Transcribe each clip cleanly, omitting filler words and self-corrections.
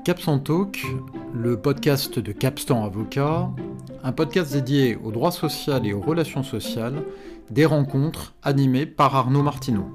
Capstan Talk, le podcast de Capstan Avocat, un podcast dédié au droit social et aux relations sociales, des rencontres animées par Arnaud Martineau.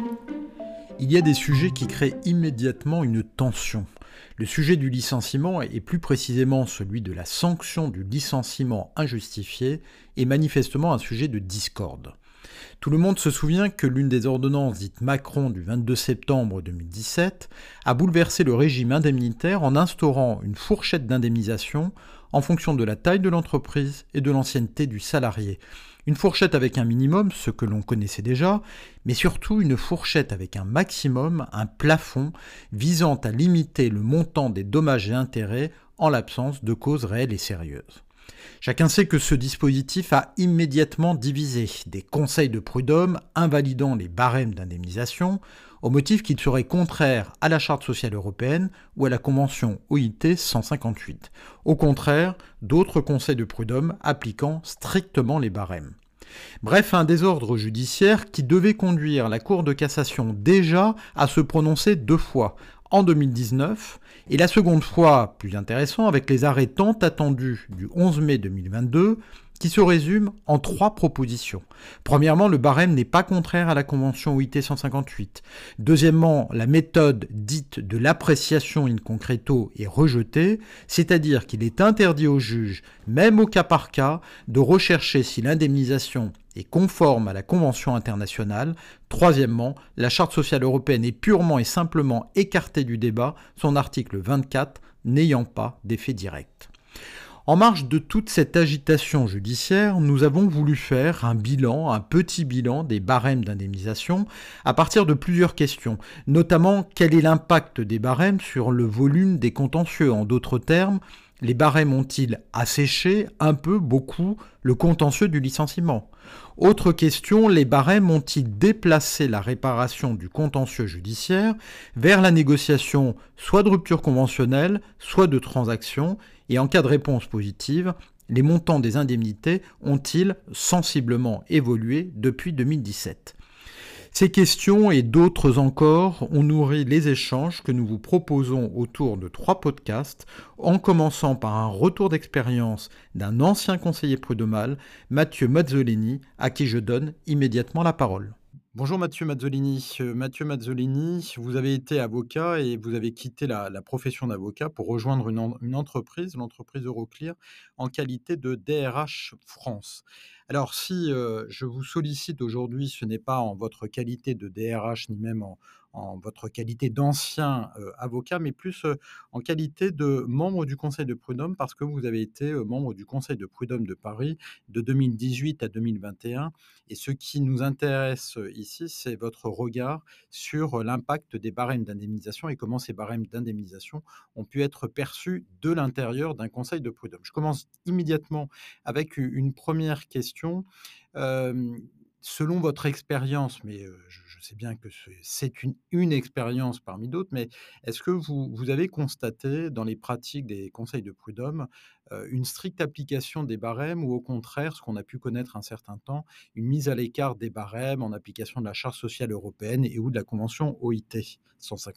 Il y a des sujets qui créent immédiatement une tension. Le sujet du licenciement, et plus précisément celui de la sanction du licenciement injustifié, est manifestement un sujet de discorde. Tout le monde se souvient que l'une des ordonnances dites Macron du 22 septembre 2017 a bouleversé le régime indemnitaire en instaurant une fourchette d'indemnisation en fonction de la taille de l'entreprise et de l'ancienneté du salarié. Une fourchette avec un minimum, ce que l'on connaissait déjà, mais surtout une fourchette avec un maximum, un plafond, visant à limiter le montant des dommages et intérêts en l'absence de causes réelles et sérieuses. Chacun sait que ce dispositif a immédiatement divisé des conseils de prud'homme invalidant les barèmes d'indemnisation au motif qu'ils seraient contraires à la Charte sociale européenne ou à la Convention OIT 158. Au contraire, d'autres conseils de prud'homme appliquant strictement les barèmes. Bref, un désordre judiciaire qui devait conduire la Cour de cassation déjà à se prononcer 2 fois, en 2019, et la seconde fois, plus intéressant, avec les arrêts tant attendus du 11 mai 2022, qui se résument en 3 propositions. Premièrement, le barème n'est pas contraire à la Convention OIT 158. Deuxièmement, la méthode dite de l'appréciation in concreto est rejetée, c'est-à-dire qu'il est interdit au juge, même au cas par cas, de rechercher si l'indemnisation est conforme à la Convention internationale. Troisièmement, la Charte sociale européenne est purement et simplement écartée du débat, son article 24 n'ayant pas d'effet direct. En marge de toute cette agitation judiciaire, nous avons voulu faire un petit bilan des barèmes d'indemnisation à partir de plusieurs questions, notamment quel est l'impact des barèmes sur le volume des contentieux. En d'autres termes, les barèmes ont-ils asséché un peu, beaucoup, le contentieux du licenciement ? Autre question, les barèmes ont-ils déplacé la réparation du contentieux judiciaire vers la négociation soit de rupture conventionnelle, soit de transaction ? Et en cas de réponse positive, les montants des indemnités ont-ils sensiblement évolué depuis 2017 ? Ces questions et d'autres encore ont nourri les échanges que nous vous proposons autour de 3 podcasts, en commençant par un retour d'expérience d'un ancien conseiller prud'homal, Mathieu Mazzolini, à qui je donne immédiatement la parole. Bonjour Mathieu Mazzolini. Mathieu Mazzolini, vous avez été avocat et vous avez quitté la profession d'avocat pour rejoindre une entreprise, l'entreprise Euroclear, en qualité de DRH France. Alors si je vous sollicite aujourd'hui, ce n'est pas en votre qualité de DRH ni même en votre qualité d'ancien avocat, mais plus en qualité de membre du Conseil de prud'homme, parce que vous avez été membre du Conseil de prud'homme de Paris de 2018 à 2021. Et ce qui nous intéresse ici, c'est votre regard sur l'impact des barèmes d'indemnisation et comment ces barèmes d'indemnisation ont pu être perçus de l'intérieur d'un conseil de prud'homme. Je commence immédiatement avec une première question. Euh, Selon votre expérience, mais je sais bien que c'est une expérience parmi d'autres, mais est-ce que vous avez constaté dans les pratiques des conseils de prud'homme une stricte application des barèmes ou au contraire, ce qu'on a pu connaître un certain temps, une mise à l'écart des barèmes en application de la Charte sociale européenne et ou de la Convention OIT 158 ?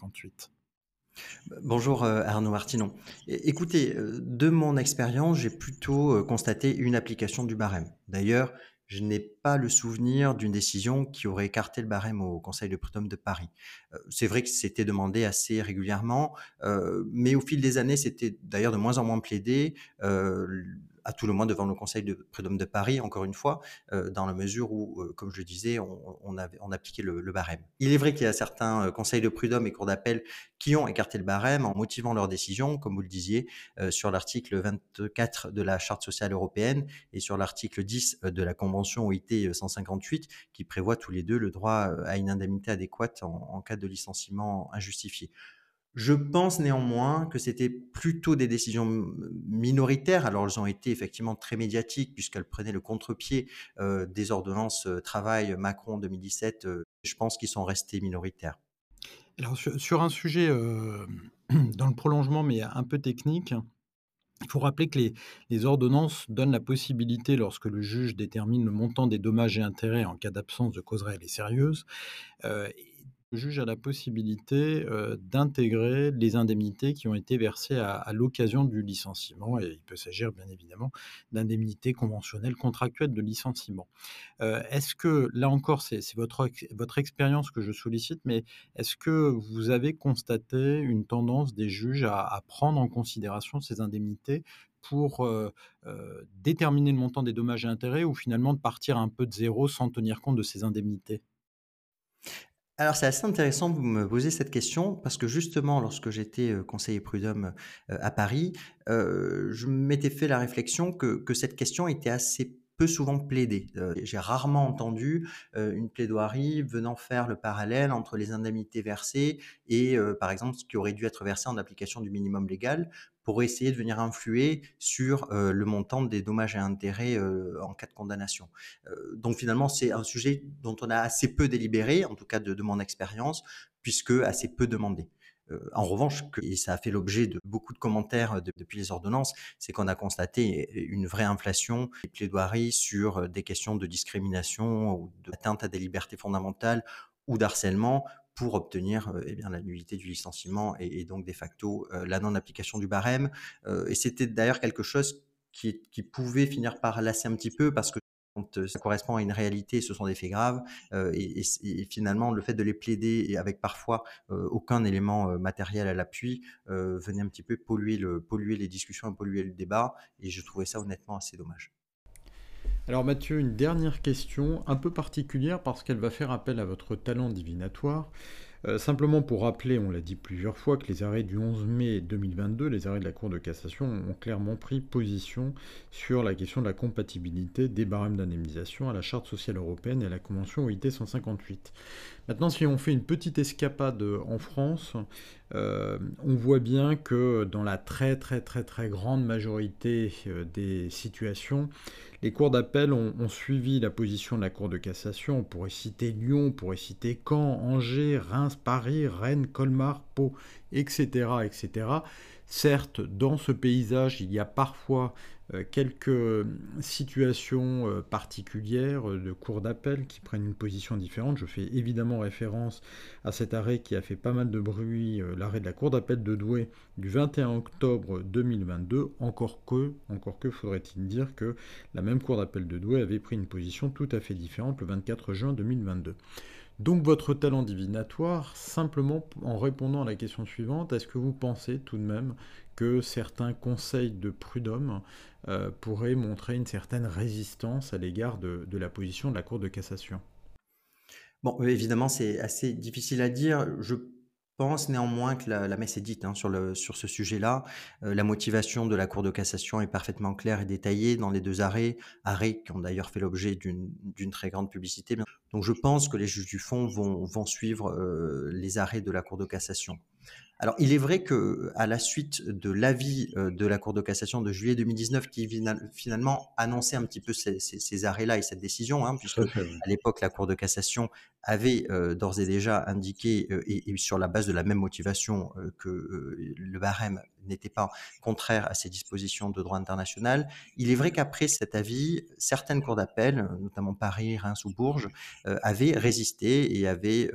Bonjour Arnaud Martinon. Écoutez, de mon expérience, j'ai plutôt constaté une application du barème. D'ailleurs, je n'ai pas le souvenir d'une décision qui aurait écarté le barème au Conseil de prud'homme de Paris. C'est vrai que c'était demandé assez régulièrement, mais au fil des années, c'était d'ailleurs de moins en moins plaidé, à tout le moins devant le Conseil de prud'homme de Paris, encore une fois, dans la mesure où, comme je le disais, on appliquait le barème. Il est vrai qu'il y a certains conseils de prud'homme et cours d'appel qui ont écarté le barème en motivant leur décision, comme vous le disiez, sur l'article 24 de la Charte sociale européenne et sur l'article 10 de la Convention OIT 158, qui prévoient tous les deux le droit à une indemnité adéquate en cas de licenciement injustifié. Je pense néanmoins que c'était plutôt des décisions minoritaires. Alors, elles ont été effectivement très médiatiques puisqu'elles prenaient le contre-pied des ordonnances travail Macron 2017. Je pense qu'ils sont restés minoritaires. Alors sur un sujet dans le prolongement, mais un peu technique, il faut rappeler que les ordonnances donnent la possibilité, lorsque le juge détermine le montant des dommages et intérêts en cas d'absence de cause réelle et sérieuse, Le juge a la possibilité, d'intégrer les indemnités qui ont été versées à l'occasion du licenciement, et il peut s'agir bien évidemment d'indemnités conventionnelles contractuelles de licenciement. Est-ce que là encore, c'est votre expérience que je sollicite, mais est-ce que vous avez constaté une tendance des juges à prendre en considération ces indemnités pour, déterminer le montant des dommages et intérêts, ou finalement de partir un peu de zéro sans tenir compte de ces indemnités? Alors c'est assez intéressant que vous me posiez cette question parce que justement lorsque j'étais, conseiller prud'homme, à Paris, je m'étais fait la réflexion que cette question était assez peu souvent plaidée. J'ai rarement entendu, une plaidoirie venant faire le parallèle entre les indemnités versées et par exemple ce qui aurait dû être versé en application du minimum légal pour essayer de venir influer sur, le montant des dommages et intérêts, en cas de condamnation. Donc finalement, c'est un sujet dont on a assez peu délibéré, en tout cas de mon expérience, puisque assez peu demandé. En revanche, et ça a fait l'objet de beaucoup de commentaires depuis les ordonnances, c'est qu'on a constaté une vraie inflation des plaidoiries sur des questions de discrimination ou d'atteinte à des libertés fondamentales ou d'harcèlement pour obtenir eh bien, la nullité du licenciement et donc de facto la non-application du barème. Et c'était d'ailleurs quelque chose qui pouvait finir par lasser un petit peu parce que quand, ça correspond à une réalité, ce sont des faits graves, et finalement le fait de les plaider et avec parfois, aucun élément, matériel à l'appui, venait un petit peu polluer les discussions et polluer le débat et je trouvais ça honnêtement assez dommage. Alors Mathieu, une dernière question un peu particulière parce qu'elle va faire appel à votre talent divinatoire. Simplement pour rappeler, on l'a dit plusieurs fois, que les arrêts du 11 mai 2022, les arrêts de la Cour de cassation, ont clairement pris position sur la question de la compatibilité des barèmes d'indemnisation à la Charte sociale européenne et à la Convention OIT 158. Maintenant, si on fait une petite escapade en France, on voit bien que dans la très très très très grande majorité des situations, les cours d'appel ont suivi la position de la Cour de cassation. On pourrait citer Lyon, on pourrait citer Caen, Angers, Reims, Paris, Rennes, Colmar, Pau, etc., etc. Certes, dans ce paysage, il y a parfois quelques situations particulières de cours d'appel qui prennent une position différente. Je fais évidemment référence à cet arrêt qui a fait pas mal de bruit, l'arrêt de la Cour d'appel de Douai du 21 octobre 2022, encore que faudrait-il dire que la même Cour d'appel de Douai avait pris une position tout à fait différente le 24 juin 2022. Donc votre talent divinatoire, simplement en répondant à la question suivante, est-ce que vous pensez tout de même que certains conseils de prud'homme pourraient montrer une certaine résistance à l'égard de la position de la Cour de cassation? Bon, évidemment, c'est assez difficile à dire. Je pense néanmoins que la messe est dite, hein, sur ce sujet-là. La motivation de la Cour de cassation est parfaitement claire et détaillée dans les 2 arrêts qui ont d'ailleurs fait l'objet d'une très grande publicité. Donc je pense que les juges du fond vont suivre, les arrêts de la Cour de cassation. Alors, il est vrai que, à la suite de l'avis, de la Cour de cassation de juillet 2019 qui finalement annonçait un petit peu ces arrêts-là et cette décision, hein, Tout puisque à fait, oui. à l'époque la Cour de cassation avait, d'ores et déjà indiqué, et sur la base de la même motivation, que, le barème n'était pas contraire à ces dispositions de droit international. Il est vrai qu'après cet avis, certaines cours d'appel, notamment Paris, Reims ou Bourges, avaient résisté et avaient,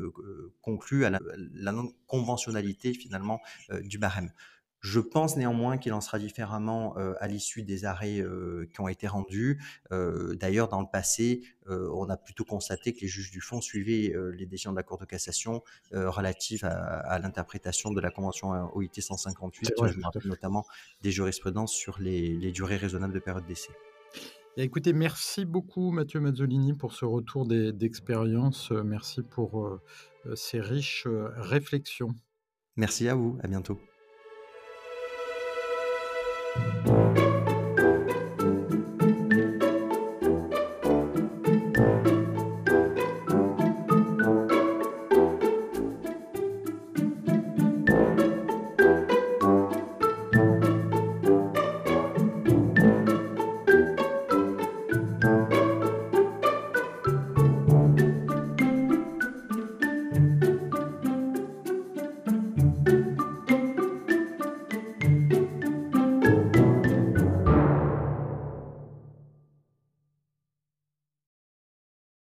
conclu à la non-conventionnalité finalement, du barème. Je pense néanmoins qu'il en sera différemment, à l'issue des arrêts, qui ont été rendus. D'ailleurs dans le passé, on a plutôt constaté que les juges du fond suivaient, les décisions de la Cour de cassation, relatives à l'interprétation de la convention, OIT C'est 158. vrai, Je me tout à rappelle fait. notamment des jurisprudences sur les durées raisonnables de période d'essai. Et écoutez, merci beaucoup Mathieu Mazzolini pour ce retour d'expérience. Merci pour ces riches réflexions. Merci à vous, à bientôt.